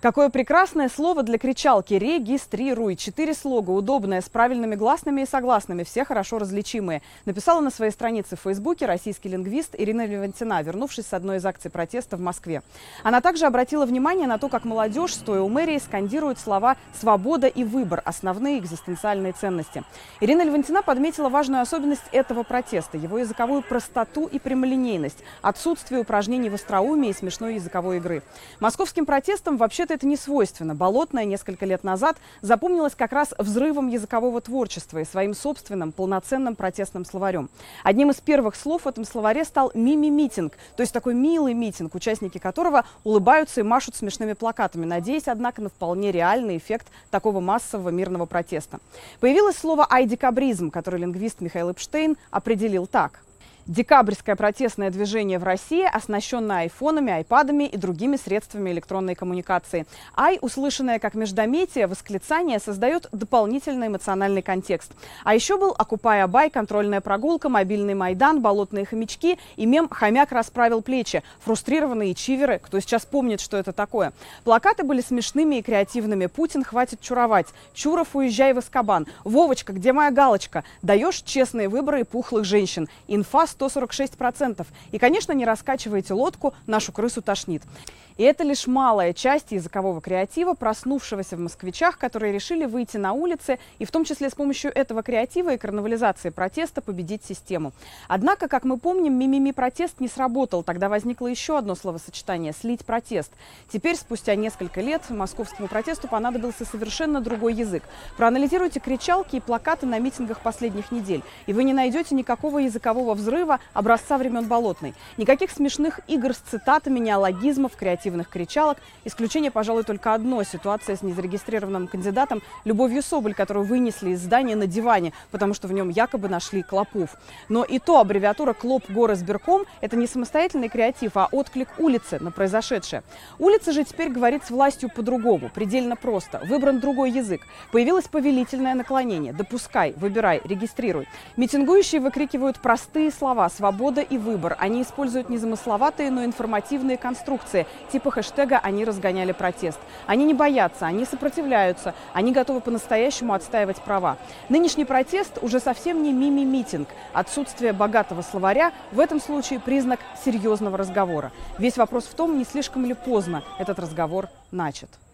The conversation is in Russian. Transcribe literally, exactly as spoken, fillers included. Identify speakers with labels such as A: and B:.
A: Какое прекрасное слово для кричалки «Регистрируй». Четыре слога, удобное, с правильными гласными и согласными, все хорошо различимые. Написала на своей странице в Фейсбуке российский лингвист Ирина Левантина, вернувшись с одной из акций протеста в Москве. Она также обратила внимание на то, как молодежь, стоя у мэрии, скандирует слова «свобода» и «выбор» – основные экзистенциальные ценности. Ирина Левантина подметила важную особенность этого протеста – его языковую простоту и прямолинейность, отсутствие упражнений в остроумии и смешной языковой игры. Московским протестам вообще-то это не свойственно. Болотная несколько лет назад запомнилась как раз взрывом языкового творчества и своим собственным полноценным протестным словарем. Одним из первых слов в этом словаре стал «мими-митинг», то есть такой милый митинг, участники которого улыбаются и машут смешными плакатами, надеясь, однако, на вполне реальный эффект такого массового мирного протеста. Появилось слово «айдекабризм», которое лингвист Михаил Эпштейн определил так. Декабрьское протестное движение в России, оснащенное айфонами, айпадами и другими средствами электронной коммуникации. Ай, услышанное как междометие, восклицание, создает дополнительный эмоциональный контекст. А еще был «Окупай Абай», контрольная прогулка, мобильный Майдан, болотные хомячки и мем «Хомяк расправил плечи», фрустрированные чиверы, кто сейчас помнит, что это такое. Плакаты были смешными и креативными. «Путин, хватит чуровать», «Чуров, уезжай в Азкабан», «Вовочка, где моя галочка», «Даешь честные выборы и пухлых женщин», «Инфа сто сорок шесть процентов. И, конечно, не раскачивайте лодку, нашу крысу тошнит. И это лишь малая часть языкового креатива, проснувшегося в москвичах, которые решили выйти на улицы и в том числе с помощью этого креатива и карнавализации протеста победить систему. Однако, как мы помним, мимими протест не сработал. Тогда возникло еще одно словосочетание – слить протест. Теперь, спустя несколько лет, московскому протесту понадобился совершенно другой язык. Проанализируйте кричалки и плакаты на митингах последних недель, и вы не найдете никакого языкового взрыва образца времен Болотной. Никаких смешных игр с цитатами, неологизмов, креативных кричалок. Исключение, пожалуй, только одно – ситуация с незарегистрированным кандидатом Любовью Соболь, которую вынесли из здания на диване, потому что в нем якобы нашли клопов. Но и то аббревиатура «Клоп-Горосберком» – это не самостоятельный креатив, а отклик улицы на произошедшее. Улица же теперь говорит с властью по-другому, предельно просто. Выбран другой язык. Появилось повелительное наклонение. Допускай, выбирай, регистрируй. Митингующие выкрикивают простые слова «свобода» и «выбор». Они используют незамысловатые, но информативные конструкции. Типа хэштега «Они разгоняли протест». Они не боятся, они сопротивляются, они готовы по-настоящему отстаивать права. Нынешний протест уже совсем не мими-митинг. Отсутствие богатого словаря в этом случае признак серьезного разговора. Весь вопрос в том, не слишком ли поздно этот разговор начат.